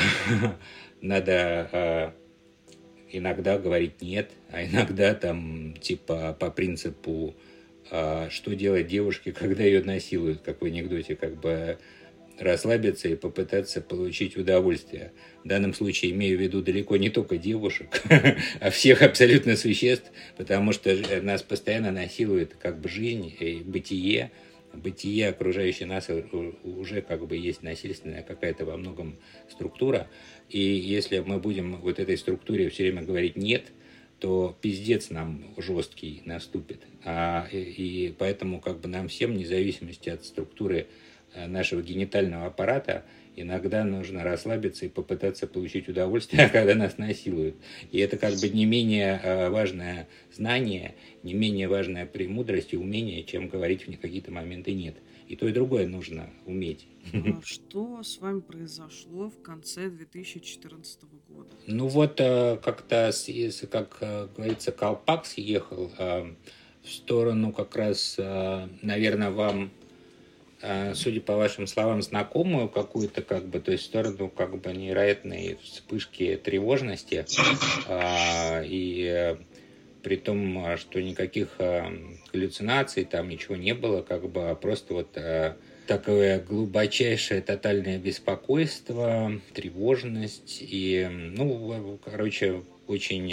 надо иногда говорить нет, а иногда там типа по принципу, что делать девушке, когда ее насилуют, как в анекдоте, как бы расслабиться и попытаться получить удовольствие. В данном случае имею в виду далеко не только девушек, а всех абсолютно существ, потому что нас постоянно насилует как бы жизнь и бытие. Бытие окружающее нас уже как бы есть насильственная какая-то во многом структура. И если мы будем вот этой структуре все время говорить «нет», то пиздец нам жесткий наступит. И поэтому как бы нам всем, вне зависимости от структуры нашего генитального аппарата, иногда нужно расслабиться и попытаться получить удовольствие, когда нас насилуют. И это как бы не менее важное знание, не менее важная премудрость и умение, чем говорить в какие-то моменты «нет». И то, и другое нужно уметь. Что с вами произошло в конце 2014 года? Ну вот как-то, как говорится, колпак съехал в сторону как раз, наверное, вам, судя по вашим словам, знакомую какую-то, как бы, то есть в сторону как бы невероятной вспышки тревожности, и при том, что никаких галлюцинаций там ничего не было, как бы, а просто вот такое глубочайшее тотальное беспокойство, тревожность и, ну, короче, очень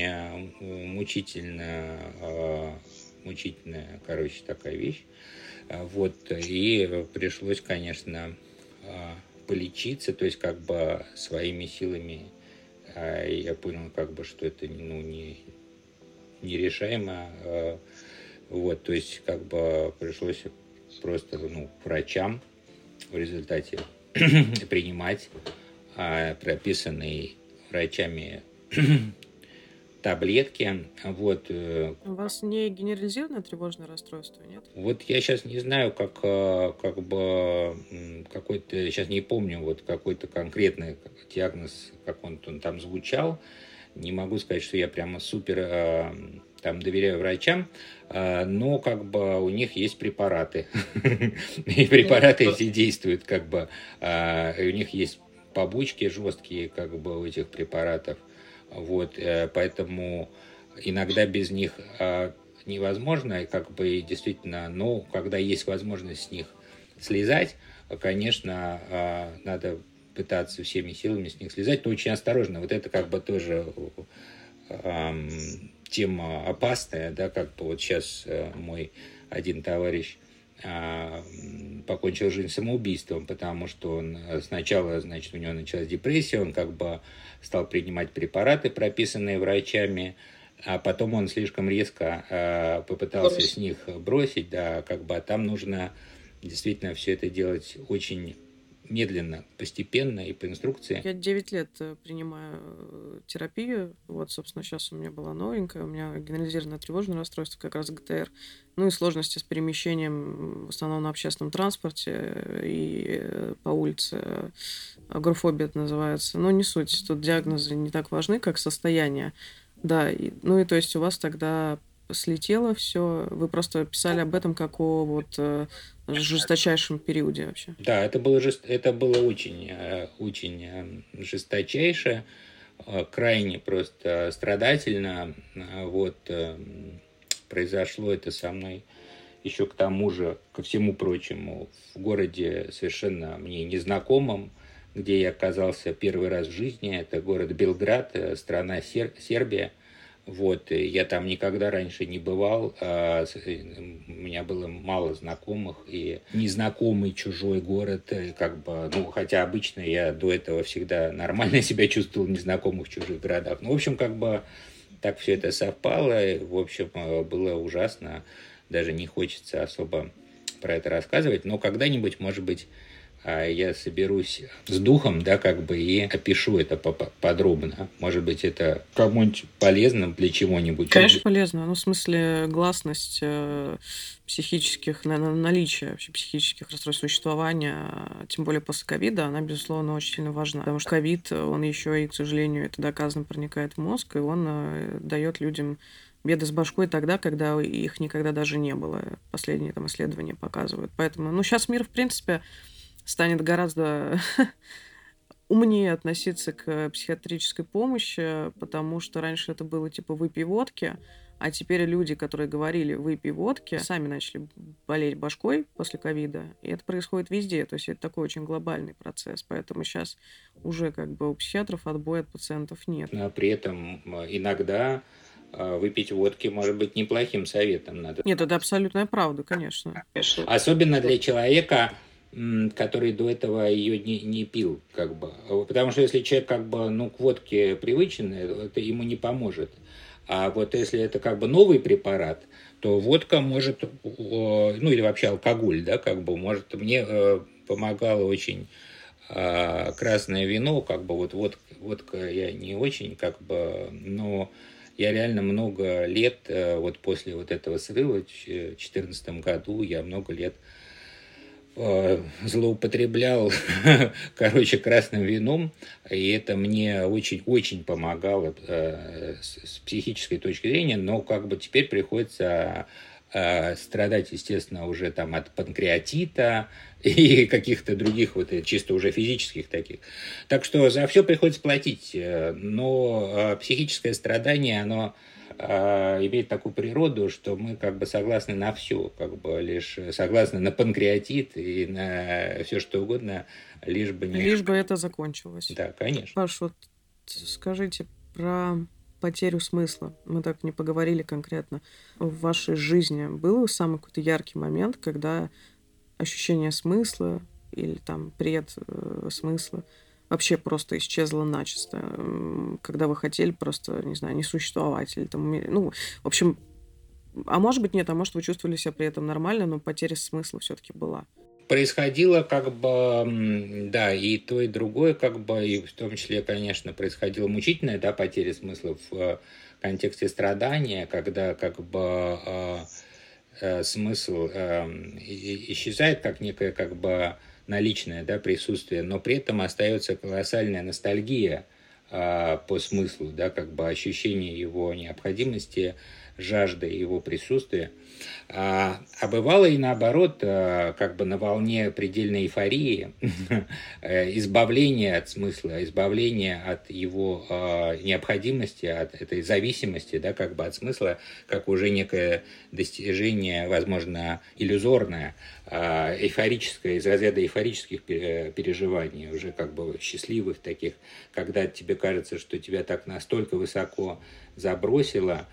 мучительная, короче, такая вещь. Вот, и пришлось, конечно, полечиться, то есть как бы своими силами. Я понял, как бы, что это, ну, нерешаемо. Вот, то есть как бы пришлось просто, ну, врачам в результате принимать прописанные врачами таблетки. Вот. У вас не генерализированное тревожное расстройство, нет? Вот я сейчас не знаю, как бы какой-то, сейчас не помню, вот какой-то конкретный диагноз, как он там звучал. Не могу сказать, что я прямо супер там доверяю врачам, но как бы у них есть препараты. И препараты эти действуют, как бы, и у них есть побочки жесткие, как бы, у этих препаратов. Вот, поэтому иногда без них невозможно, и как бы действительно, но когда есть возможность с них слезать, конечно, надо пытаться всеми силами с них слезать, но очень осторожно. Вот это как бы тоже тема опасная, да, как бы вот сейчас мой один товарищ покончил жизнь самоубийством, потому что он сначала, значит, у него началась депрессия, он как бы стал принимать препараты, прописанные врачами, а потом он слишком резко попытался с них бросить, да, как бы, а там нужно действительно все это делать очень медленно, постепенно и по инструкции. Я 9 лет принимаю терапию. Вот, собственно, сейчас у меня была новенькая. У меня генерализированное тревожное расстройство, как раз ГТР. Ну и сложности с перемещением в основном на общественном транспорте и по улице. Агорафобия это называется. Но не суть. Тут диагнозы не так важны, как состояние. Да, ну и то есть у вас тогда слетело все. Вы просто писали об этом как о вот жесточайшем периоде вообще. Да, это было очень, очень жесточайше, крайне просто страдательно. Вот, произошло это со мной еще к тому же, ко всему прочему, в городе совершенно мне незнакомом, где я оказался первый раз в жизни. Это город Белград, страна Сербия. Вот, я там никогда раньше не бывал, у меня было мало знакомых, и незнакомый чужой город, как бы, ну, хотя обычно я до этого всегда нормально себя чувствовал в незнакомых чужих городах. Ну, в общем, как бы так все это совпало, в общем, было ужасно, даже не хочется особо про это рассказывать, но когда-нибудь, может быть, я соберусь с духом, да, как бы, и опишу это подробно. Может быть, это кому-нибудь полезно для чего-нибудь. Конечно, полезно. Ну, в смысле, гласность психических, наличие вообще психических расстройств существования, тем более после ковида, она, безусловно, очень сильно важна. Потому что ковид, он еще и, к сожалению, это доказано, проникает в мозг, и он дает людям беды с башкой тогда, когда их никогда даже не было. Последние там исследования показывают. Поэтому, ну, сейчас мир, в принципе, станет гораздо умнее относиться к психиатрической помощи, потому что раньше это было типа выпей водки, а теперь люди, которые говорили выпей водки, сами начали болеть башкой после ковида, и это происходит везде, то есть это такой очень глобальный процесс, поэтому сейчас уже как бы у психиатров отбоя от пациентов нет. Но при этом иногда выпить водки может быть неплохим советом. Нет, это абсолютная правда, конечно. Особенно для человека, который до этого ее не пил, как бы. Потому что если человек как бы, ну, к водке привычен, это ему не поможет. А вот если это как бы новый препарат, то водка может, ну или вообще алкоголь, да, как бы может, мне помогало очень красное вино, как бы вот водка я не очень, как бы, но я реально много лет, вот после вот этого срыва в 2014 году, я много лет злоупотреблял, короче, красным вином, и это мне очень-очень помогало с психической точки зрения, но как бы теперь приходится страдать, естественно, уже там от панкреатита и каких-то других вот чисто уже физических таких. Так что за все приходится платить, но психическое страдание, оно имеет такую природу, что мы как бы согласны на все, как бы лишь согласны на панкреатит и на все что угодно, лишь бы не... Лишь бы это закончилось. Да, конечно. Паш, вот скажите про потерю смысла. Мы так не поговорили конкретно. В вашей жизни был самый какой-то яркий момент, когда ощущение смысла или там бред смысла вообще просто исчезло начисто, когда вы хотели просто, не знаю, не существовать или там, ну, в общем, а может быть нет, а может вы чувствовали себя при этом нормально, но потеря смысла все-таки была. Происходило как бы, да, и то, и другое, как бы, и в том числе, конечно, происходила мучительная, да, потеря смысла в контексте страдания, когда как бы смысл исчезает как некое как бы наличное, да, присутствие, но при этом остается колоссальная ностальгия по смыслу, да, как бы ощущение его необходимости, жажда его присутствия. А бывало и наоборот, как бы на волне предельной эйфории, избавление от смысла, избавление от его необходимости, от этой зависимости, да, как бы от смысла, как уже некое достижение, возможно, иллюзорное, эйфорическое, из разряда эйфорических переживаний, уже как бы счастливых таких, когда тебе кажется, что тебя так настолько высоко забросило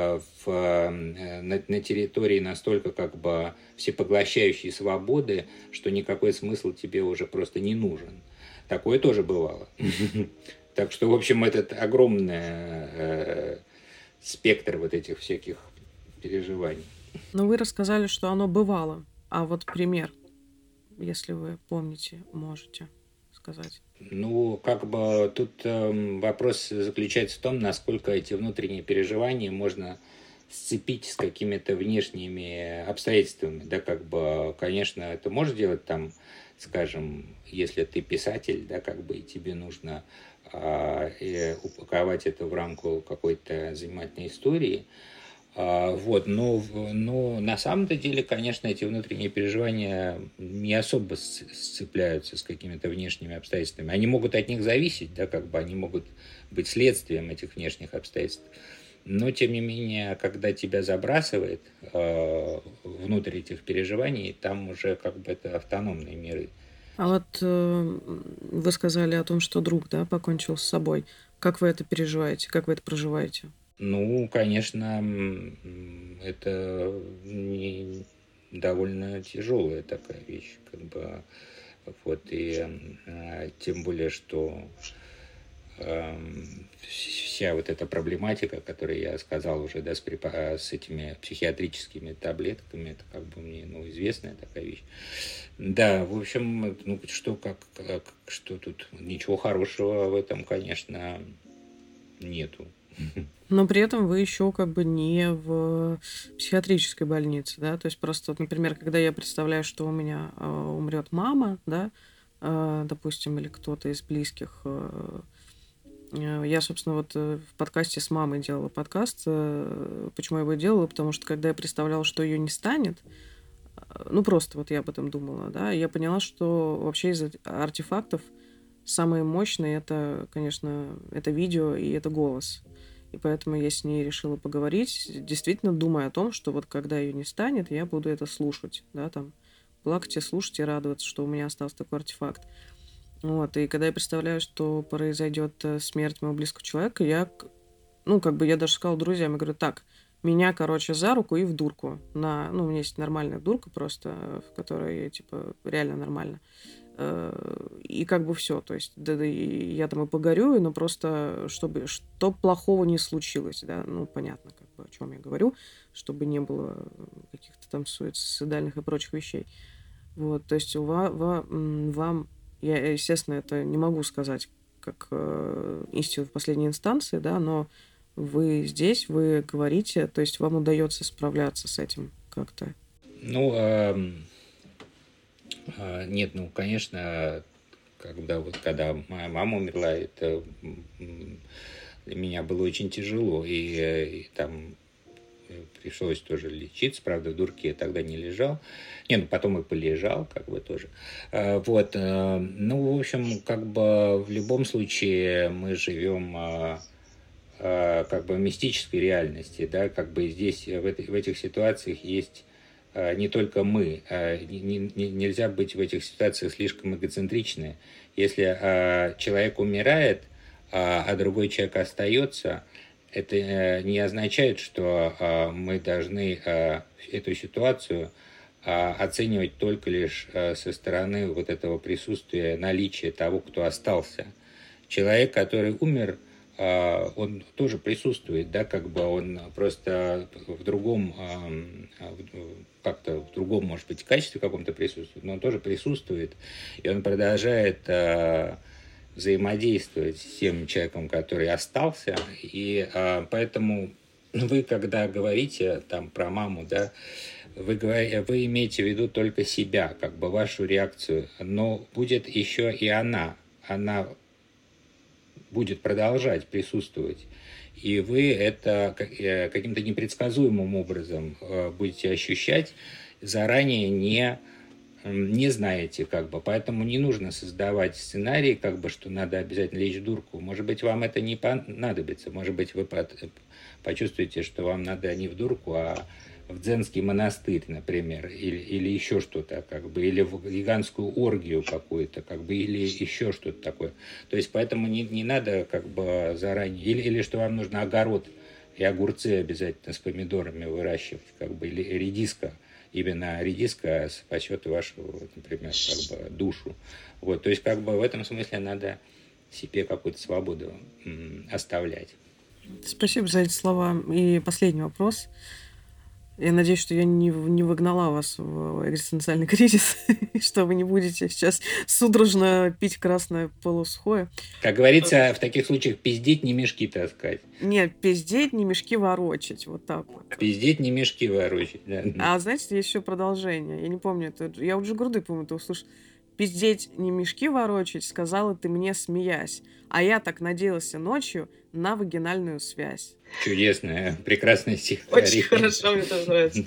на территории настолько как бы всепоглощающей свободы, что никакой смысл тебе уже просто не нужен. Такое тоже бывало. Так что, в общем, этот огромный спектр вот этих всяких переживаний. Но вы рассказали, что оно бывало. А вот пример, если вы помните, можете сказать. Ну, как бы тут вопрос заключается в том, насколько эти внутренние переживания можно сцепить с какими-то внешними обстоятельствами. Да, как бы, конечно, это может делать там, скажем, если ты писатель, да, как бы, и тебе нужно упаковать это в рамку какой-то занимательной истории. Вот, но на самом-то деле, конечно, эти внутренние переживания не особо сцепляются с какими-то внешними обстоятельствами. Они могут от них зависеть, да, как бы они могут быть следствием этих внешних обстоятельств. Но, тем не менее, когда тебя забрасывает внутрь этих переживаний, там уже как бы это автономные миры. А вот вы сказали о том, что друг, да, покончил с собой. Как вы это переживаете? Как вы это проживаете? Ну, конечно, это довольно тяжелая такая вещь, как бы, вот, и тем более, что вся вот эта проблематика, которую я сказал уже, да, с этими психиатрическими таблетками, это как бы мне, ну, известная такая вещь. Да, в общем, ну, что тут, ничего хорошего в этом, конечно, нету. Но при этом вы еще как бы не в психиатрической больнице, да? То есть просто, вот, например, когда я представляю, что у меня умрет мама, да, допустим, или кто-то из близких, я, собственно, вот в подкасте с мамой делала подкаст. Почему я его делала? Потому что когда я представляла, что ее не станет, ну просто вот я об этом думала, да, и я поняла, что вообще из артефактов самое мощное это, конечно, это видео и это голос. И поэтому я с ней решила поговорить, действительно думая о том, что вот когда ее не станет, я буду это слушать, да, там, плакать и слушать и радоваться, что у меня остался такой артефакт. Вот, и когда я представляю, что произойдет смерть моего близкого человека, ну, как бы я даже сказала друзьям, я говорю, так, меня, короче, за руку и в дурку. Ну, у меня есть нормальная дурка просто, в которой, типа, реально нормально. И как бы все, то есть да, и я там и погорюю, но просто чтобы чтоб плохого не случилось, да, ну, понятно, как бы, о чем я говорю, чтобы не было каких-то там суицидальных и прочих вещей. Вот, то есть вам, я, естественно, это не могу сказать как истину в последней инстанции, да, но вы здесь, вы говорите, то есть вам удается справляться с этим как-то. Ну, нет, ну, конечно, когда моя мама умерла, это для меня было очень тяжело, и там пришлось тоже лечиться, правда, в дурке я тогда не лежал. Не, ну потом и полежал, как бы тоже. Вот, ну, в общем, как бы в любом случае мы живем как бы в мистической реальности, да, как бы здесь в этих ситуациях есть не только мы, нельзя быть в этих ситуациях слишком эгоцентричны. Если человек умирает, а другой человек остается, это не означает, что мы должны эту ситуацию оценивать только лишь со стороны вот этого присутствия, наличия того, кто остался. Человек, который умер, он тоже присутствует, да, как бы он просто в другом, как-то в другом, может быть, качестве каком-то присутствует, но он тоже присутствует, и он продолжает взаимодействовать с тем человеком, который остался, и поэтому вы, когда говорите там про маму, да, вы имеете в виду только себя, как бы вашу реакцию, но будет еще и она будет продолжать присутствовать. И вы это каким-то непредсказуемым образом будете ощущать, заранее не знаете, как бы. Поэтому не нужно создавать сценарий, как бы, что надо обязательно лечь в дурку. Может быть, вам это не понадобится. Может быть, вы почувствуете, что вам надо не в дурку, а в дзенский монастырь, например, или еще что-то, как бы, или в гигантскую оргию какую-то, как бы, или еще что-то такое. То есть, поэтому не надо, как бы, заранее, или что вам нужно огород и огурцы обязательно с помидорами выращивать, как бы, или редиска. Именно редиска спасет вашу, например, как бы, душу. Вот, то есть, как бы, в этом смысле надо себе какую-то свободу оставлять. Спасибо за эти слова. И последний вопрос. Я надеюсь, что я не выгнала вас в экзистенциальный кризис, и что вы не будете сейчас судорожно пить красное полусухое. Как говорится, в таких случаях пиздеть, не мешки таскать. Нет, пиздеть, не мешки ворочать. Вот так вот. Пиздеть, не мешки ворочать, да. А знаете, есть еще продолжение. Я не помню, я уже груды, по-моему, это услышал. Пиздеть, не мешки ворочать, сказала ты мне, смеясь. А я так надеялся ночью на вагинальную связь. Чудесное, прекрасное стихотворение. Очень хорошо, мне тоже нравится.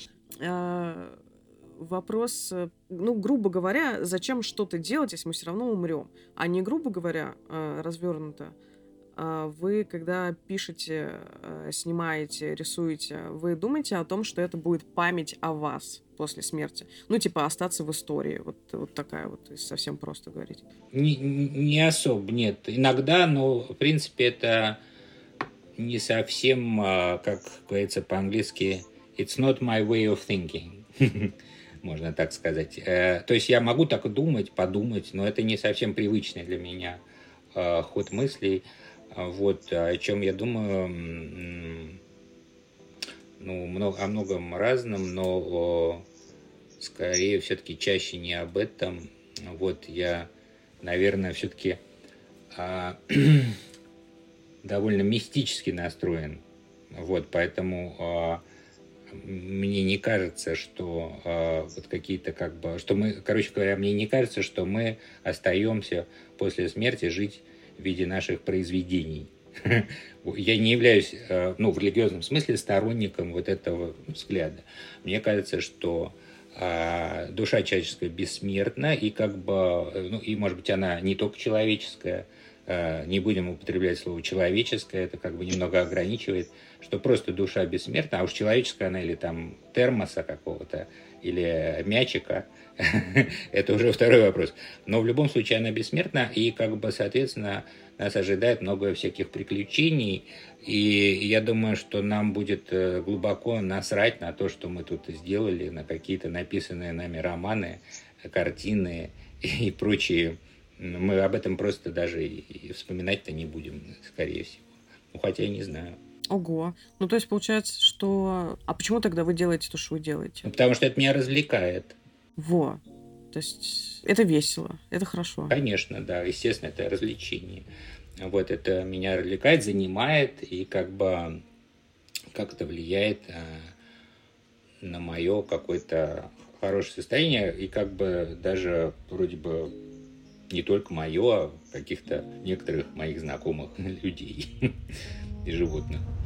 Вопрос, ну, грубо говоря, зачем что-то делать, если мы все равно умрем? А не, грубо говоря, развернуто. Вы, когда пишете, снимаете, рисуете, вы думаете о том, что это будет память о вас после смерти? Ну, типа, остаться в истории. Вот такая вот, если совсем просто говорить. Не особо, нет. Иногда, но, в принципе, это не совсем, как говорится по-английски, it's not my way of thinking. Можно так сказать. То есть я могу так думать, подумать, но это не совсем привычный для меня ход мыслей. Вот о чем я думаю, ну, о многом разном, но скорее все-таки чаще не об этом. Вот я, наверное, все-таки довольно мистически настроен. Вот, поэтому мне не кажется, что вот какие-то как бы, что мы, короче говоря, мне не кажется, что мы остаемся после смерти жить в виде наших произведений. Я не являюсь, ну, в религиозном смысле сторонником вот этого взгляда. Мне кажется, что душа человеческая бессмертна, и как бы, ну, и, может быть, она не только человеческая, не будем употреблять слово человеческое, это как бы немного ограничивает, что просто душа бессмертна, а уж человеческая она или там термоса какого-то, или мячика, это уже второй вопрос. Но в любом случае она бессмертна, и как бы, соответственно, нас ожидает много всяких приключений, и я думаю, что нам будет глубоко насрать на то, что мы тут сделали, на какие-то написанные нами романы, картины и прочие. Мы об этом просто даже и вспоминать-то не будем, скорее всего. Ну, хотя я не знаю. Ого. Ну, то есть получается, что... А почему тогда вы делаете то, что вы делаете? Ну, потому что это меня развлекает. Во. То есть это весело, это хорошо. Конечно, да, естественно, это развлечение. Вот это меня развлекает, занимает и как бы как-то влияет на мое какое-то хорошее состояние и как бы даже вроде бы не только мое, а каких-то некоторых моих знакомых людей и животных.